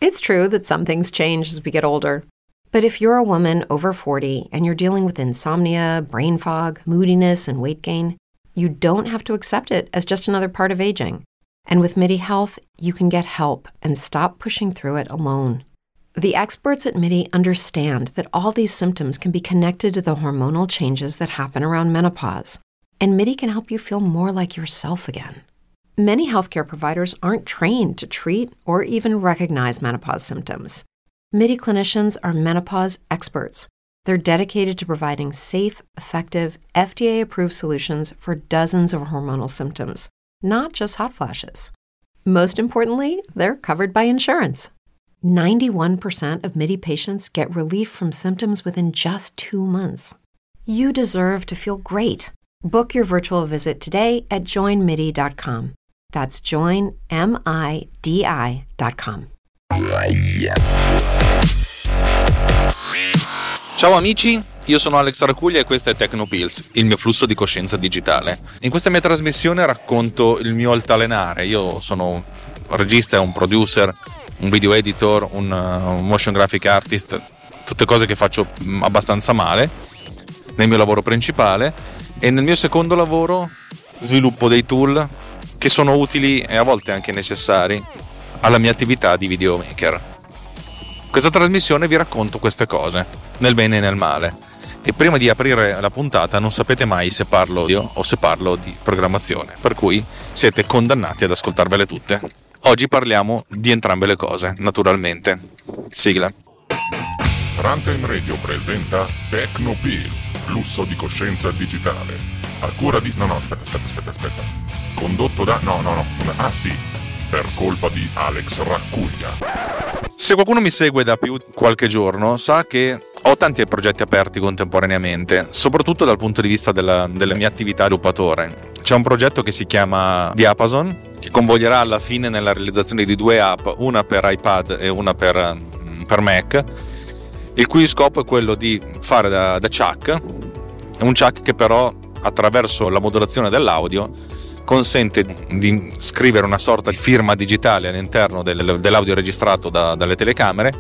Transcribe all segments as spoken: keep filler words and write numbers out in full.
It's true that some things change as we get older. But if you're a woman over forty and you're dealing with insomnia, brain fog, moodiness, and weight gain, you don't have to accept it as just another part of aging. And with MIDI Health, you can get help and stop pushing through it alone. The experts at MIDI understand that all these symptoms can be connected to the hormonal changes that happen around menopause, and MIDI can help you feel more like yourself again. Many healthcare providers aren't trained to treat or even recognize menopause symptoms. MIDI clinicians are menopause experts. They're dedicated to providing safe, effective, F D A-approved solutions for dozens of hormonal symptoms, not just hot flashes. Most importantly, they're covered by insurance. ninety-one percent of MIDI patients get relief from symptoms within just two months. You deserve to feel great. Book your virtual visit today at join midi dot com. That's join midi dot com. Ciao amici, io sono Alex Racuglia e questo è Tecnopills, il mio flusso di coscienza digitale. In questa mia trasmissione racconto il mio altalenare. Io sono un regista, un producer, un video editor, un, uh, un motion graphic artist, tutte cose che faccio abbastanza male nel mio lavoro principale, e nel mio secondo lavoro sviluppo dei tool che sono utili e a volte anche necessari alla mia attività di videomaker. Questa trasmissione vi racconto queste cose, nel bene e nel male, e prima di aprire la puntata non sapete mai se parlo io o se parlo di programmazione, per cui siete condannati ad ascoltarvele tutte. Oggi parliamo di entrambe le cose, naturalmente. Sigla. Runtime Radio presenta Tecnopills, flusso di coscienza digitale. A cura di... No, no, aspetta, aspetta, aspetta, aspetta. Condotto da... No, no, no. Ah, sì. Per colpa di Alex Racuglia. Se qualcuno mi segue da più qualche giorno sa che ho tanti progetti aperti contemporaneamente, soprattutto dal punto di vista della, delle mie attività sviluppatore. C'è un progetto che si chiama Diapason, che convoglierà alla fine nella realizzazione di due app, una per iPad e una per, per Mac, il cui scopo è quello di fare da, da Chuck, un Chuck che però attraverso la modulazione dell'audio consente di scrivere una sorta di firma digitale all'interno del, dell'audio registrato da, dalle telecamere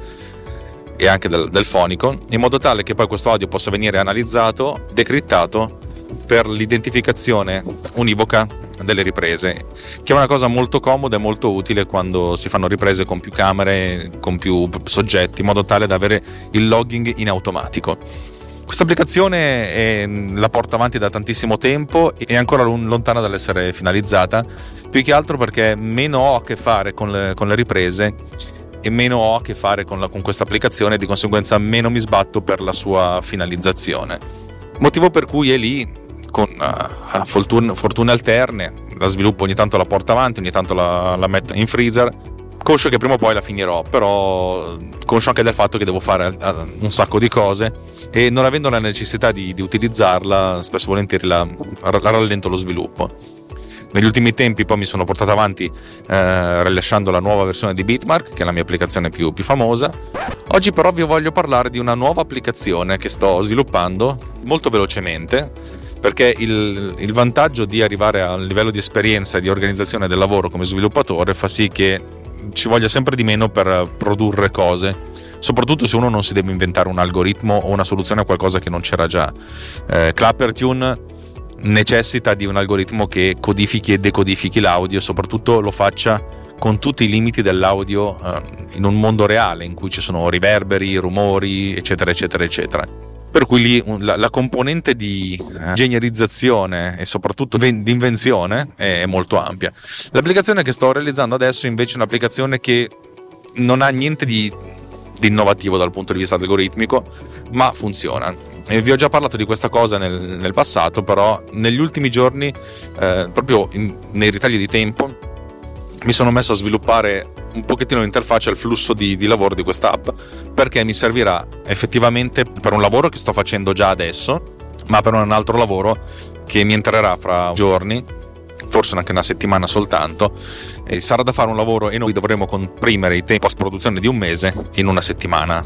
e anche del, del fonico, in modo tale che poi questo audio possa venire analizzato, decriptato per l'identificazione univoca delle riprese, che è una cosa molto comoda e molto utile quando si fanno riprese con più camere, con più soggetti, in modo tale da avere il logging in automatico. Questa applicazione è, la porto avanti da tantissimo tempo e è ancora lontana dall'essere finalizzata, più che altro perché meno ho a che fare con le, con le riprese e meno ho a che fare con, la, con questa applicazione, e di conseguenza meno mi sbatto per la sua finalizzazione. Motivo per cui è lì con uh, fortune, fortune alterne, la sviluppo, ogni tanto la porto avanti, ogni tanto la, la metto in freezer, conscio che prima o poi la finirò, però conscio anche del fatto che devo fare un sacco di cose e non avendo la necessità di, di utilizzarla, spesso e volentieri la, la rallento lo sviluppo. Negli ultimi tempi poi mi sono portato avanti eh, rilasciando la nuova versione di Bitmark, che è la mia applicazione più, più famosa. Oggi però vi voglio parlare di una nuova applicazione che sto sviluppando molto velocemente, perché il, il vantaggio di arrivare a un livello di esperienza e di organizzazione del lavoro come sviluppatore fa sì che ci voglia sempre di meno per produrre cose, soprattutto se uno non si deve inventare un algoritmo o una soluzione a qualcosa che non c'era già. eh, Clappertune necessita di un algoritmo che codifichi e decodifichi l'audio e soprattutto lo faccia con tutti i limiti dell'audio eh, in un mondo reale in cui ci sono riverberi, rumori, eccetera eccetera eccetera. Per cui lì la, la componente di ingegnerizzazione e soprattutto di invenzione è molto ampia. L'applicazione che sto realizzando adesso invece è un'applicazione che non ha niente di, di innovativo dal punto di vista algoritmico, ma funziona. E vi ho già parlato di questa cosa nel, nel passato, però negli ultimi giorni, eh, proprio in, nei ritagli di tempo, mi sono messo a sviluppare un pochettino l'interfaccia al flusso di, di lavoro di questa app, perché mi servirà effettivamente per un lavoro che sto facendo già adesso, ma per un altro lavoro che mi entrerà fra giorni, forse anche una settimana soltanto, e sarà da fare un lavoro e noi dovremo comprimere i tempi post produzione di un mese in una settimana,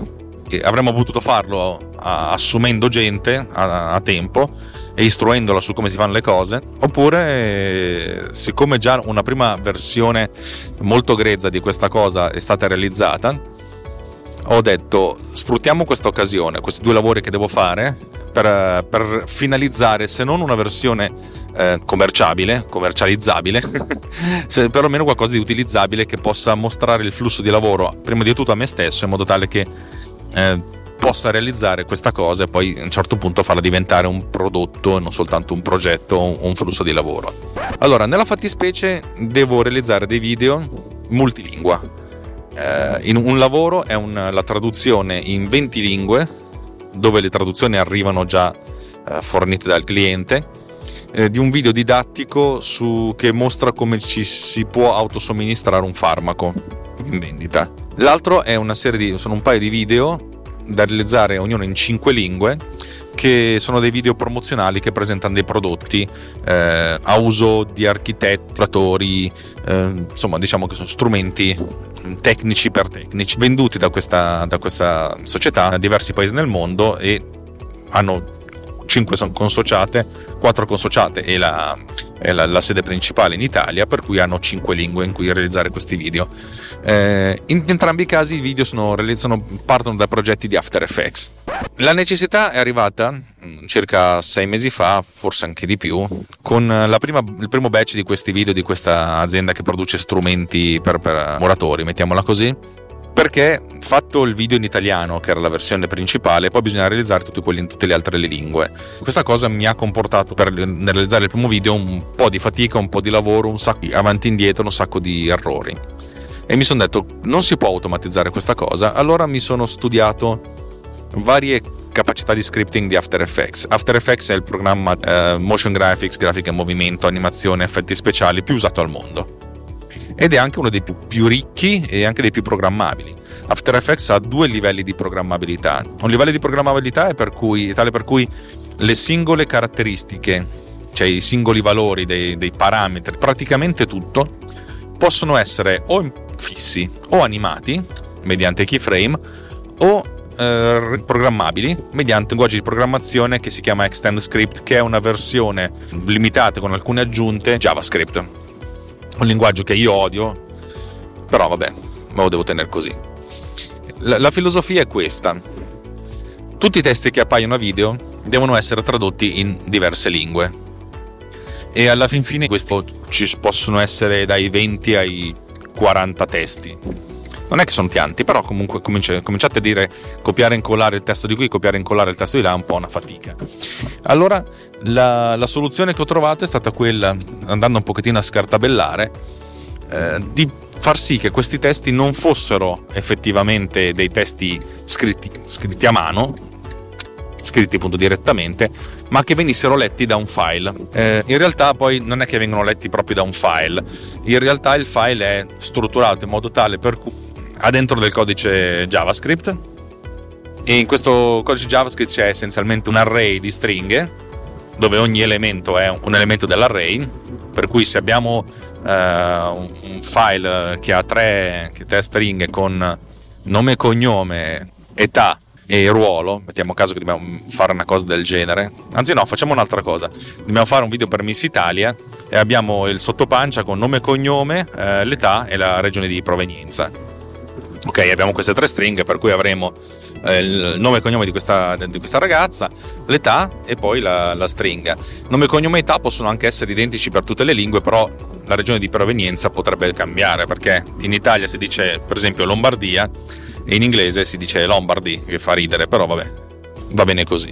E avremmo potuto farlo a, assumendo gente a, a tempo e istruendola su come si fanno le cose, oppure siccome già una prima versione molto grezza di questa cosa è stata realizzata, ho detto sfruttiamo questa occasione, questi due lavori che devo fare per, per finalizzare, se non una versione eh, commerciabile, commercializzabile, se perlomeno qualcosa di utilizzabile che possa mostrare il flusso di lavoro prima di tutto a me stesso, in modo tale che eh, possa realizzare questa cosa e poi a un certo punto farla diventare un prodotto e non soltanto un progetto o un flusso di lavoro. Allora, nella fattispecie devo realizzare dei video multilingua. Eh, in un lavoro è un, la traduzione in venti lingue, dove le traduzioni arrivano già eh, fornite dal cliente, eh, di un video didattico su, che mostra come ci si può autosomministrare un farmaco in vendita. L'altro è una serie di, sono un paio di video da realizzare ognuno in cinque lingue, che sono dei video promozionali che presentano dei prodotti eh, a uso di architetti, operatori, eh, insomma diciamo che sono strumenti tecnici per tecnici, venduti da questa, da questa società a diversi paesi nel mondo, e hanno cinque consociate, quattro consociate e la, e la, la sede principale in Italia, per cui hanno cinque lingue in cui realizzare questi video. Eh, in entrambi i casi i video sono, sono, partono da progetti di After Effects. La necessità è arrivata circa sei mesi fa, forse anche di più, con la prima, il primo batch di questi video di questa azienda che produce strumenti per, per muratori, mettiamola così, perché fatto il video in italiano, che era la versione principale, poi bisogna realizzare tutti quelli in tutte le altre lingue. Questa cosa mi ha comportato, per realizzare il primo video, un po' di fatica, un po' di lavoro, un sacco di avanti e indietro, un sacco di errori. E mi sono detto, non si può automatizzare questa cosa. Allora mi sono studiato varie capacità di scripting di After Effects. After Effects è il programma eh, motion graphics, grafica in movimento, animazione, effetti speciali più usato al mondo, ed è anche uno dei più, più ricchi e anche dei più programmabili. After Effects ha due livelli di programmabilità. Un livello di programmabilità è per cui, tale per cui le singole caratteristiche, cioè i singoli valori dei, dei parametri, praticamente tutto, possono essere o fissi o animati mediante keyframe, o eh, programmabili mediante un linguaggio di programmazione che si chiama Extend Script, che è una versione limitata con alcune aggiunte JavaScript. Un linguaggio che io odio, però vabbè, me lo devo tenere così. La, la filosofia è questa: tutti i testi che appaiono a video devono essere tradotti in diverse lingue, e alla fin fine questo ci possono essere dai venti ai quaranta testi. Non è che sono tanti, però comunque cominci, cominciate a dire copiare e incollare il testo di qui, copiare e incollare il testo di là, è un po' una fatica. Allora la, la soluzione che ho trovato è stata quella, andando un pochettino a scartabellare, eh, di far sì che questi testi non fossero effettivamente dei testi scritti, scritti a mano, scritti appunto direttamente, ma che venissero letti da un file. Eh, in realtà poi non è che vengono letti proprio da un file, in realtà il file è strutturato in modo tale per cui ha dentro del codice JavaScript, e in questo codice JavaScript c'è essenzialmente un array di stringhe, dove ogni elemento è un elemento dell'array, per cui se abbiamo uh, un file che ha tre, che tre stringhe con nome e cognome, età e ruolo, mettiamo caso che dobbiamo fare una cosa del genere, anzi no, facciamo un'altra cosa, dobbiamo fare un video per Miss Italia e abbiamo il sottopancia con nome e cognome, eh, l'età e la regione di provenienza. Ok, abbiamo queste tre stringhe, per cui avremo eh, il nome e cognome di questa, di questa ragazza, l'età e poi la, la stringa. Nome, cognome e età possono anche essere identici per tutte le lingue, però la regione di provenienza potrebbe cambiare, perché in Italia si dice per esempio Lombardia e in inglese si dice Lombardy, che fa ridere, però vabbè, va bene così.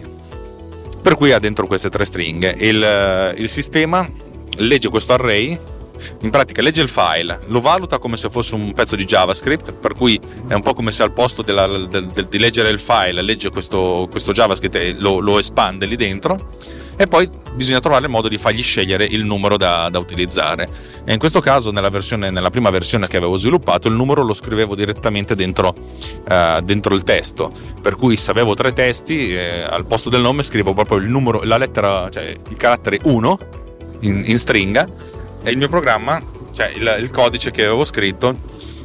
Per cui ha dentro queste tre stringhe e il, il sistema legge questo array. In pratica legge il file, lo valuta come se fosse un pezzo di JavaScript, per cui è un po' come se al posto della, del, del, di leggere il file legge questo, questo JavaScript e lo, lo espande lì dentro, e poi bisogna trovare il modo di fargli scegliere il numero da, da utilizzare. E in questo caso nella, versione, nella prima versione che avevo sviluppato, il numero lo scrivevo direttamente dentro, uh, dentro il testo, per cui se avevo tre testi, eh, al posto del nome scrivo proprio il numero, la lettera, cioè il carattere uno in, in stringa, e il mio programma, cioè il, il codice che avevo scritto,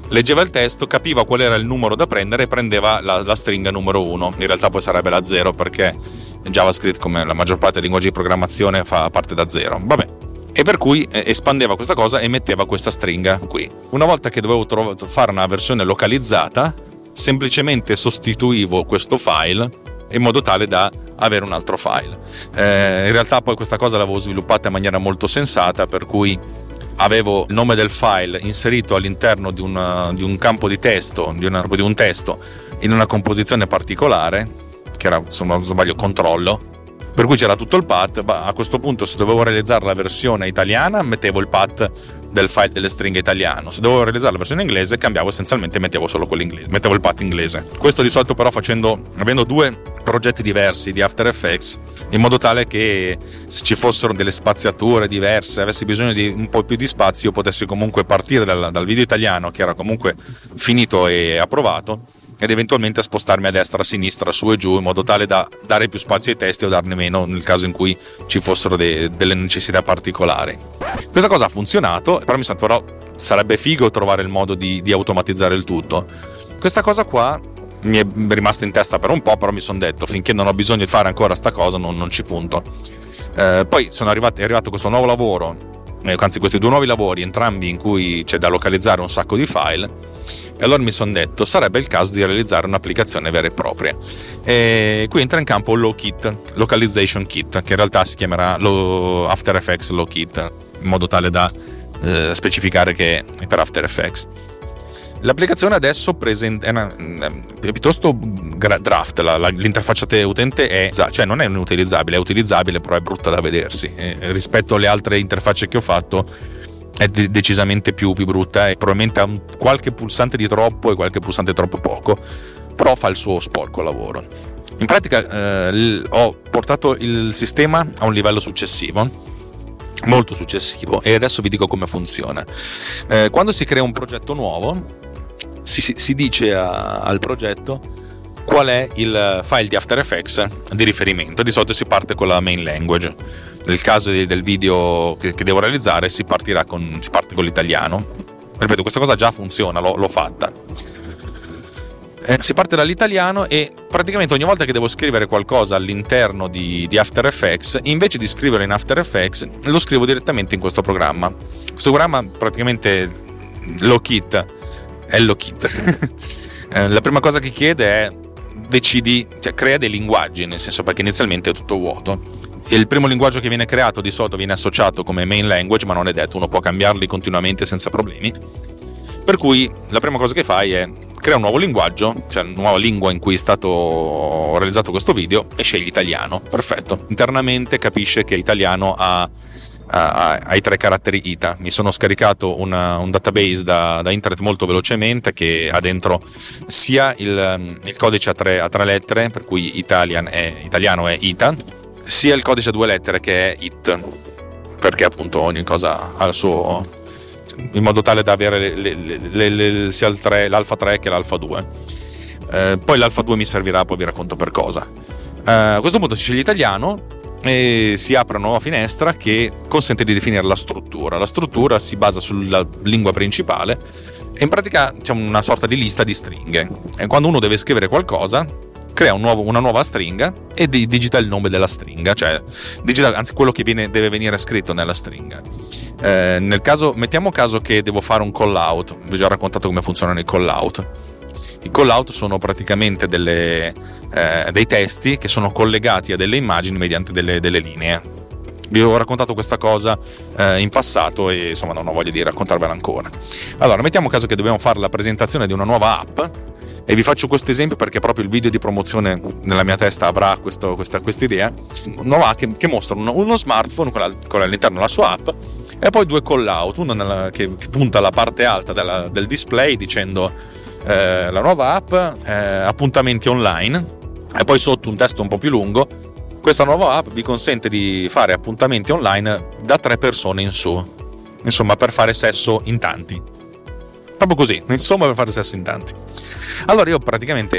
leggeva il testo, capiva qual era il numero da prendere e prendeva la, la stringa numero uno. In realtà poi sarebbe la zero, perché JavaScript, come la maggior parte dei linguaggi di programmazione, fa parte da zero. Vabbè. E per cui eh, espandeva questa cosa e metteva questa stringa qui. Una volta che dovevo tro- fare una versione localizzata, semplicemente sostituivo questo file in modo tale da avere un altro file. Eh, in realtà poi questa cosa l'avevo sviluppata in maniera molto sensata, per cui avevo il nome del file inserito all'interno di, una, di un campo di testo, di, una, di un testo, in una composizione particolare, che era, se non sbaglio, controllo, per cui c'era tutto il path. A questo punto, se dovevo realizzare la versione italiana, mettevo il path del file delle stringhe italiano. Se dovevo realizzare la versione inglese, cambiavo essenzialmente e mettevo solo quello inglese, mettevo il path inglese. Questo di solito però facendo, avendo due progetti diversi di After Effects, in modo tale che se ci fossero delle spaziature diverse, avessi bisogno di un po' più di spazio, io potessi comunque partire dal, dal video italiano, che era comunque finito e approvato, ed eventualmente spostarmi a destra, a sinistra, su e giù, in modo tale da dare più spazio ai testi o darne meno nel caso in cui ci fossero de- delle necessità particolari. Questa cosa ha funzionato, però mi sento però sarebbe figo trovare il modo di, di automatizzare il tutto. Questa cosa qua mi è rimasta in testa per un po', però mi sono detto, finché non ho bisogno di fare ancora sta cosa non, non ci punto. Eh, poi sono arrivato, è arrivato questo nuovo lavoro, eh, anzi questi due nuovi lavori, entrambi in cui c'è da localizzare un sacco di file, e allora mi sono detto sarebbe il caso di realizzare un'applicazione vera e propria. E qui entra in campo Low-Kit, Localization Kit, che in realtà si chiamerà After Effects Low-Kit, in modo tale da eh, specificare che è per After Effects. L'applicazione adesso presenta, è, una, è piuttosto draft, la, la, l'interfaccia utente è, cioè non è inutilizzabile, è utilizzabile, però è brutta da vedersi. E rispetto alle altre interfacce che ho fatto è de- decisamente più, più brutta, e probabilmente ha un, qualche pulsante di troppo e qualche pulsante troppo poco, però fa il suo sporco lavoro. In pratica eh, l- ho portato il sistema a un livello successivo, molto successivo, e adesso vi dico come funziona. Eh, quando si crea un progetto nuovo, si, si, si dice a, al progetto qual è il file di After Effects di riferimento. Di solito si parte con la main language. Nel caso del video che, che devo realizzare si partirà con, si parte con l'italiano. Ripeto, questa cosa già funziona, l'ho, l'ho fatta. Eh, si parte dall'italiano e praticamente ogni volta che devo scrivere qualcosa all'interno di, di After Effects, invece di scriverlo in After Effects, lo scrivo direttamente in questo programma. Questo programma praticamente Low-Kit è Low-Kit. eh, la prima cosa che chiede è decidi, cioè crea dei linguaggi, nel senso, perché inizialmente è tutto vuoto. Il primo linguaggio che viene creato di solito viene associato come main language, ma non è detto, uno può cambiarli continuamente senza problemi. Per cui la prima cosa che fai è crea un nuovo linguaggio, cioè una nuova lingua in cui è stato realizzato questo video, e scegli italiano. Perfetto. Internamente capisce che italiano ha, ha, ha i tre caratteri I T A. Mi sono scaricato una, un database da, da internet molto velocemente, che ha dentro sia il, il codice a tre, a tre lettere, per cui Italian è, italiano è I T A, sia il codice a due lettere, che è I T, perché appunto ogni cosa ha il suo, in modo tale da avere le, le, le, le, sia il tre, l'alfa tre che l'alfa due. Eh, poi l'alfa due mi servirà, poi vi racconto per cosa. Eh, a questo punto si sceglie italiano e si apre una nuova finestra che consente di definire la struttura. La struttura si basa sulla lingua principale e in pratica c'è una sorta di lista di stringhe. E quando uno deve scrivere qualcosa, crea un nuovo, una nuova stringa e digita il nome della stringa, cioè digita anzi quello che viene, deve venire scritto nella stringa. Eh, nel caso, mettiamo caso che devo fare un call out, vi ho già raccontato come funzionano i call out. I call out sono praticamente delle, eh, dei testi che sono collegati a delle immagini mediante delle, delle linee. Vi ho raccontato questa cosa eh, in passato e insomma non ho voglia di raccontarvela ancora. Allora, mettiamo caso che dobbiamo fare la presentazione di una nuova app, e vi faccio questo esempio perché proprio il video di promozione nella mia testa avrà questo, questa idea. Nuova app che, che mostra uno, uno smartphone con, la, con all'interno la sua app, e poi due call out, uno nella, che, che punta alla parte alta della, del display dicendo eh, la nuova app, eh, appuntamenti online, e poi sotto un testo un po' più lungo: questa nuova app vi consente di fare appuntamenti online da tre persone in su, insomma per fare sesso in tanti, proprio così, insomma per fare sesso in tanti. Allora io praticamente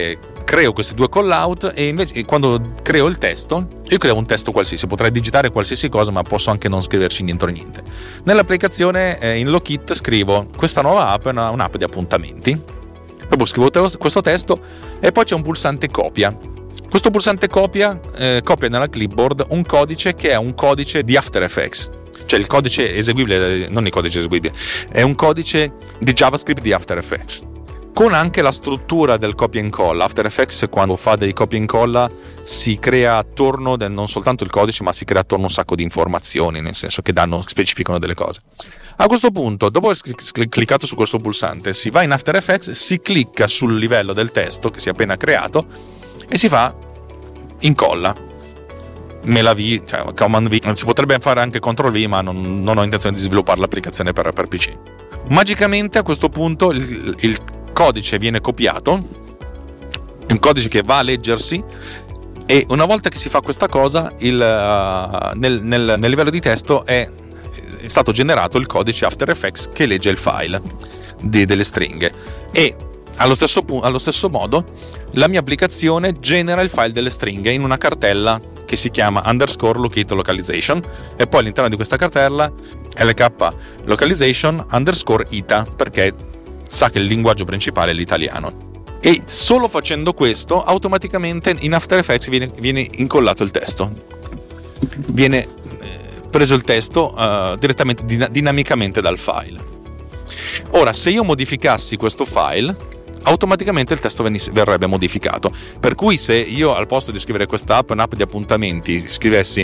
creo questi due callout e invece quando creo il testo, io creo un testo qualsiasi, potrei digitare qualsiasi cosa, ma posso anche non scriverci niente o niente. Nell'applicazione eh, in Lokit scrivo: questa nuova app è una, un'app di appuntamenti. Dopo scrivo te- questo testo e poi c'è un pulsante copia. Questo pulsante copia eh, copia nella clipboard un codice che è un codice di After Effects, cioè il codice eseguibile, non il codice eseguibile, è un codice di JavaScript di After Effects, con anche la struttura del copia e incolla. After Effects, quando fa dei copia e incolla, si crea attorno del, non soltanto il codice, ma si crea attorno un sacco di informazioni, nel senso che danno, specificano delle cose. A questo punto, dopo aver cliccato su questo pulsante, si va in After Effects, si clicca sul livello del testo che si è appena creato e si fa incolla. Me la V, cioè Command V, si potrebbe fare anche Ctrl V, ma non, non ho intenzione di sviluppare l'applicazione per, per P C. Magicamente a questo punto il, il codice viene copiato, un codice che va a leggersi, e una volta che si fa questa cosa il, uh, nel, nel, nel livello di testo è, è stato generato il codice After Effects che legge il file di, delle stringhe, e allo stesso, allo stesso modo la mia applicazione genera il file delle stringhe in una cartella che si chiama underscore locate localization, e poi all'interno di questa cartella lk localization underscore ita, perché sa che il linguaggio principale è l'italiano. E solo facendo questo automaticamente in After Effects viene, viene incollato il testo, viene eh, preso il testo uh, direttamente din- dinamicamente dal file. Ora, se io modificassi questo file, automaticamente il testo venisse, verrebbe modificato, per cui se io al posto di scrivere questa app, un'app di appuntamenti, scrivessi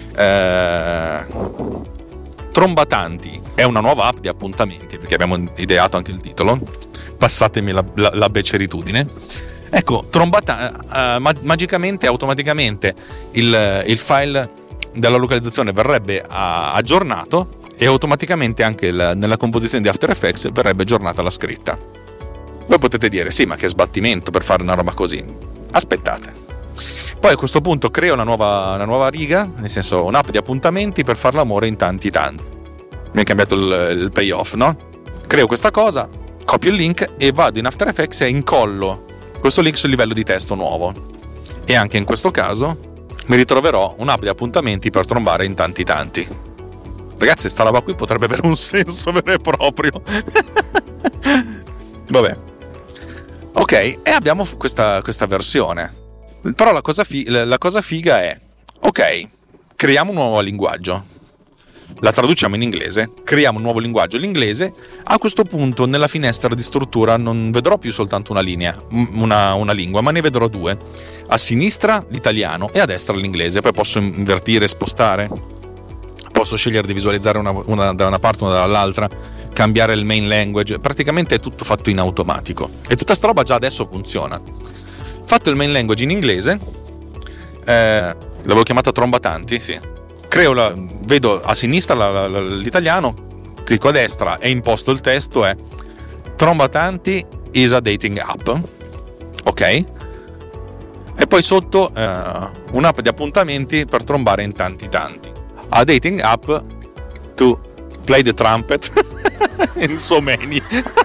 eh, Trombatanti è una nuova app di appuntamenti, perché abbiamo ideato anche il titolo, passatemi la, la, la beceritudine, ecco, Trombata, uh, ma, magicamente, automaticamente il, il file della localizzazione verrebbe a, aggiornato, e automaticamente anche il, nella composizione di After Effects verrebbe aggiornata la scritta. Voi potete dire: sì, ma che sbattimento per fare una roba così. Aspettate. Poi a questo punto creo una nuova, una nuova riga, nel senso un'app di appuntamenti per far l'amore in tanti tanti. Mi è cambiato il, il payoff, no? Creo questa cosa, copio il link e vado in After Effects e incollo questo link sul livello di testo nuovo. E anche in questo caso mi ritroverò un'app di appuntamenti per trombare in tanti tanti. Ragazzi, sta roba qui potrebbe avere un senso vero e proprio. Vabbè. Ok, e abbiamo questa, questa versione. Però la cosa, fi- la cosa figa è: ok, creiamo un nuovo linguaggio, la traduciamo in inglese, creiamo un nuovo linguaggio, l'inglese. A questo punto nella finestra di struttura non vedrò più soltanto una linea, una, una lingua, ma ne vedrò due: a sinistra l'italiano e a destra l'inglese. Poi posso invertire, spostare, posso scegliere di visualizzare una, una da una parte, una dall'altra, cambiare il main language. Praticamente è tutto fatto in automatico, e tutta sta roba già adesso funziona. Fatto il main language in inglese, eh, l'avevo chiamata Trombatanti, sì. Creo la, vedo a sinistra la, la, l'italiano, clicco a destra e imposto il testo è Trombatanti is a dating app, ok? E poi sotto eh, un'app di appuntamenti per trombare in tanti tanti. A dating app to play the trumpet in so many.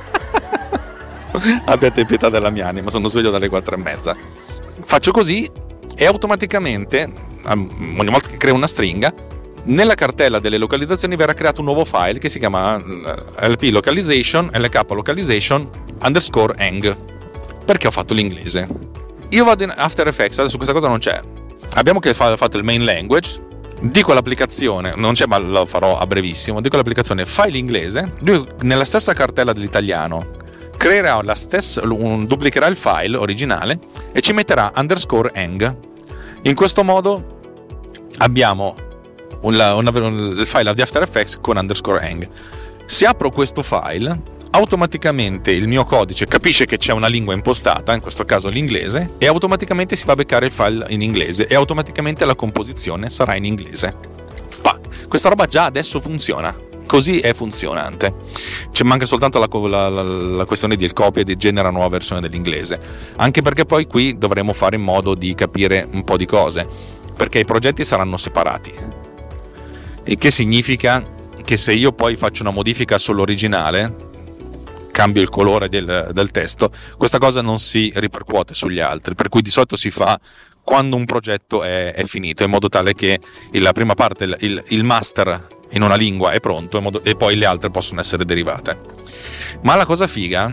Abbiate pietà della mia anima, sono sveglio dalle quattro e mezza. Faccio così e automaticamente, ogni volta che creo una stringa, nella cartella delle localizzazioni verrà creato un nuovo file che si chiama lp localization lk localization underscore eng, perché ho fatto l'inglese. Io vado in After Effects, adesso questa cosa non c'è, abbiamo che fatto il main language, dico all'applicazione, non c'è ma lo farò a brevissimo, dico all'applicazione fai l'inglese, lui nella stessa cartella dell'italiano creerà la stessa, un, duplicherà il file originale e ci metterà underscore eng. In questo modo abbiamo una, una, il file di After Effects con underscore eng. Se apro questo file, automaticamente il mio codice capisce che c'è una lingua impostata, in questo caso l'inglese, e automaticamente si va a beccare il file in inglese e automaticamente la composizione sarà in inglese. Pa, questa roba già adesso funziona. Così è funzionante. Ci manca soltanto la, la, la, la questione del copia e di genera una nuova versione dell'inglese, anche perché poi qui dovremo fare in modo di capire un po' di cose, perché i progetti saranno separati, il che significa che se io poi faccio una modifica sull'originale cambio il colore del, del testo, questa cosa non si ripercuote sugli altri, per cui di solito si fa quando un progetto è, è finito, in modo tale che la prima parte, il, il, il master in una lingua è pronto in modo, e poi le altre possono essere derivate. Ma la cosa figa,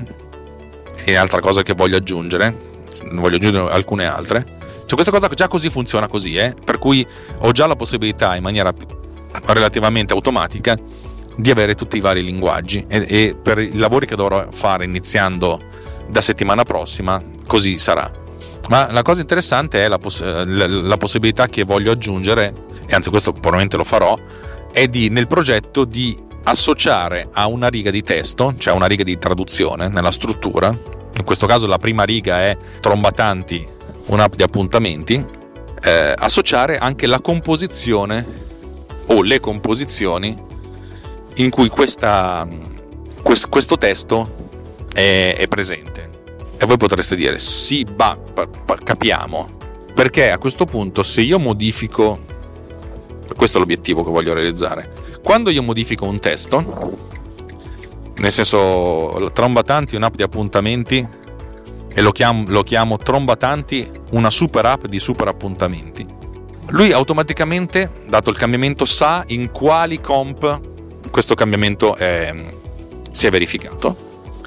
e altra cosa che voglio aggiungere, voglio aggiungere alcune altre, cioè questa cosa già così funziona così, eh? Per cui ho già la possibilità in maniera relativamente automatica di avere tutti i vari linguaggi, e, e per i lavori che dovrò fare iniziando da settimana prossima così sarà. Ma la cosa interessante è la, poss- la, la possibilità che voglio aggiungere, e anzi questo probabilmente lo farò, è di nel progetto di associare a una riga di testo, cioè una riga di traduzione nella struttura, in questo caso la prima riga è Trombatanti, un'app di appuntamenti, eh, associare anche la composizione o le composizioni in cui questa, quest, questo testo è, è presente. E voi potreste dire sì, bah, pa, pa, capiamo, perché a questo punto se io modifico, questo è l'obiettivo che voglio realizzare, quando io modifico un testo, nel senso Trombatanti è un'app di appuntamenti e lo chiamo, lo chiamo Trombatanti, una super app di super appuntamenti, lui automaticamente, dato il cambiamento, sa in quali comp questo cambiamento è, si è verificato,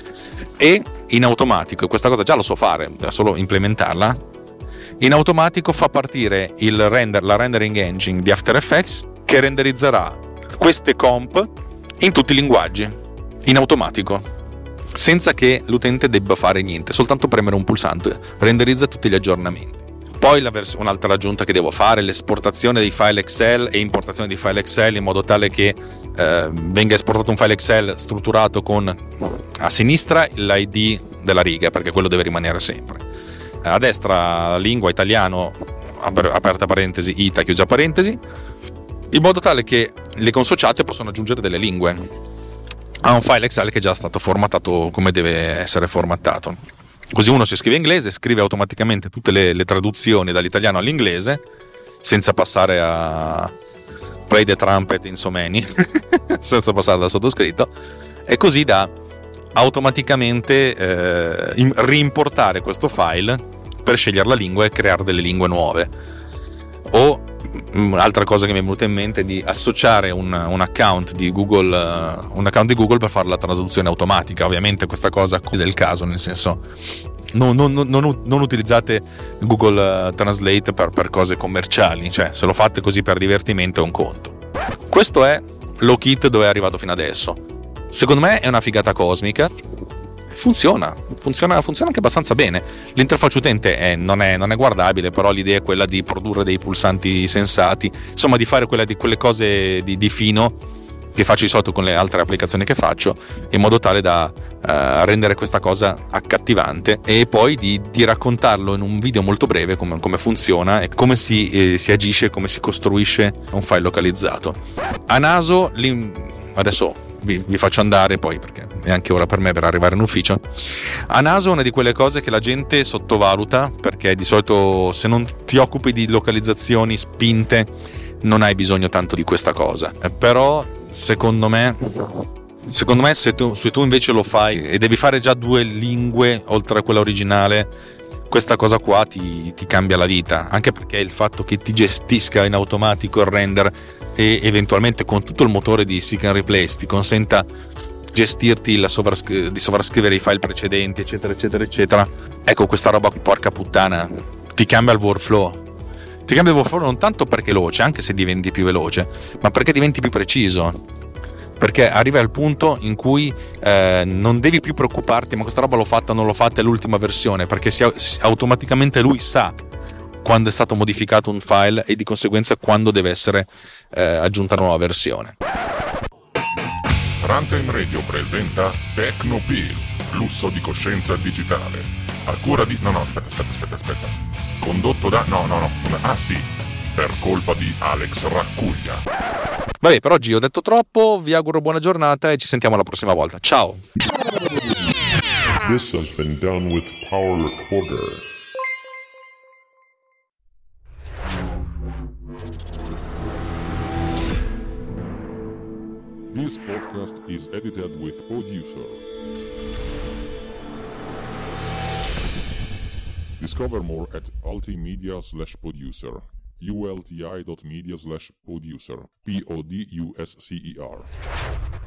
e in automatico, questa cosa già lo so fare, è solo implementarla, in automatico fa partire il render, la rendering engine di After Effects, che renderizzerà queste comp in tutti i linguaggi, in automatico, senza che l'utente debba fare niente, soltanto premere un pulsante, renderizza tutti gli aggiornamenti. Poi la vers- un'altra aggiunta che devo fare è l'esportazione dei file Excel e importazione di file Excel, in modo tale che eh, venga esportato un file Excel strutturato con a sinistra l'I D della riga, perché quello deve rimanere sempre, a destra lingua, italiano, aperta parentesi, ita, chiusa parentesi, in modo tale che le consociate possono aggiungere delle lingue a un file Excel che è già stato formattato come deve essere formattato. Così uno si scrive inglese, scrive automaticamente tutte le, le traduzioni dall'italiano all'inglese senza passare a play the trumpet in so many senza passare dal sottoscritto, e così da automaticamente eh, rimportare questo file per scegliere la lingua e creare delle lingue nuove. O un'altra cosa che mi è venuta in mente è di associare un, un account di Google uh, un account di Google per fare la traduzione automatica. Ovviamente questa cosa è del caso, nel senso non, non, non, non utilizzate Google uh, Translate per, per cose commerciali, cioè se lo fate così per divertimento è un conto. Questo è l'O-Kit dove è arrivato fino adesso. Secondo me è una figata cosmica. Funziona, funziona, funziona anche abbastanza bene. L'interfaccia utente è, non, è, non è guardabile, però l'idea è quella di produrre dei pulsanti sensati, insomma di fare quella di, quelle cose di, di fino che faccio di solito con le altre applicazioni che faccio, in modo tale da uh, rendere questa cosa accattivante, e poi di, di raccontarlo in un video molto breve come, come funziona e come si, eh, si agisce, come si costruisce un file localizzato. A naso, adesso Vi, vi faccio andare poi perché è anche ora per me per arrivare in ufficio. A naso è una di quelle cose che la gente sottovaluta, perché di solito se non ti occupi di localizzazioni spinte non hai bisogno tanto di questa cosa, eh, però secondo me secondo me se tu, se tu invece lo fai e devi fare già due lingue oltre a quella originale, questa cosa qua ti, ti cambia la vita, anche perché il fatto che ti gestisca in automatico il render e eventualmente con tutto il motore di Seek and Replace ti consenta gestirti la sovrascri- di sovrascrivere i file precedenti, eccetera eccetera eccetera. Ecco, questa roba, porca puttana, ti cambia il workflow. Ti cambia il workflow non tanto perché è veloce, anche se diventi più veloce, ma perché diventi più preciso, perché arrivi al punto in cui eh, non devi più preoccuparti ma questa roba l'ho fatta o non l'ho fatta, è l'ultima versione, perché si, si, automaticamente lui sa quando è stato modificato un file e di conseguenza quando deve essere eh, aggiunta una nuova versione. Runtime Radio presenta Techno Pills, flusso di coscienza digitale. A cura di... No, no, aspetta, aspetta, aspetta, aspetta. Condotto da... No, no, no. Ah, sì. Per colpa di Alex Raccuglia. Vabbè, per oggi ho detto troppo, vi auguro buona giornata e ci sentiamo la prossima volta. Ciao! This has been done with Power Recorder. This podcast is edited with Producer. Discover more at ultimedia slash producer. ulti dot media slash producer. P O D U S C E R.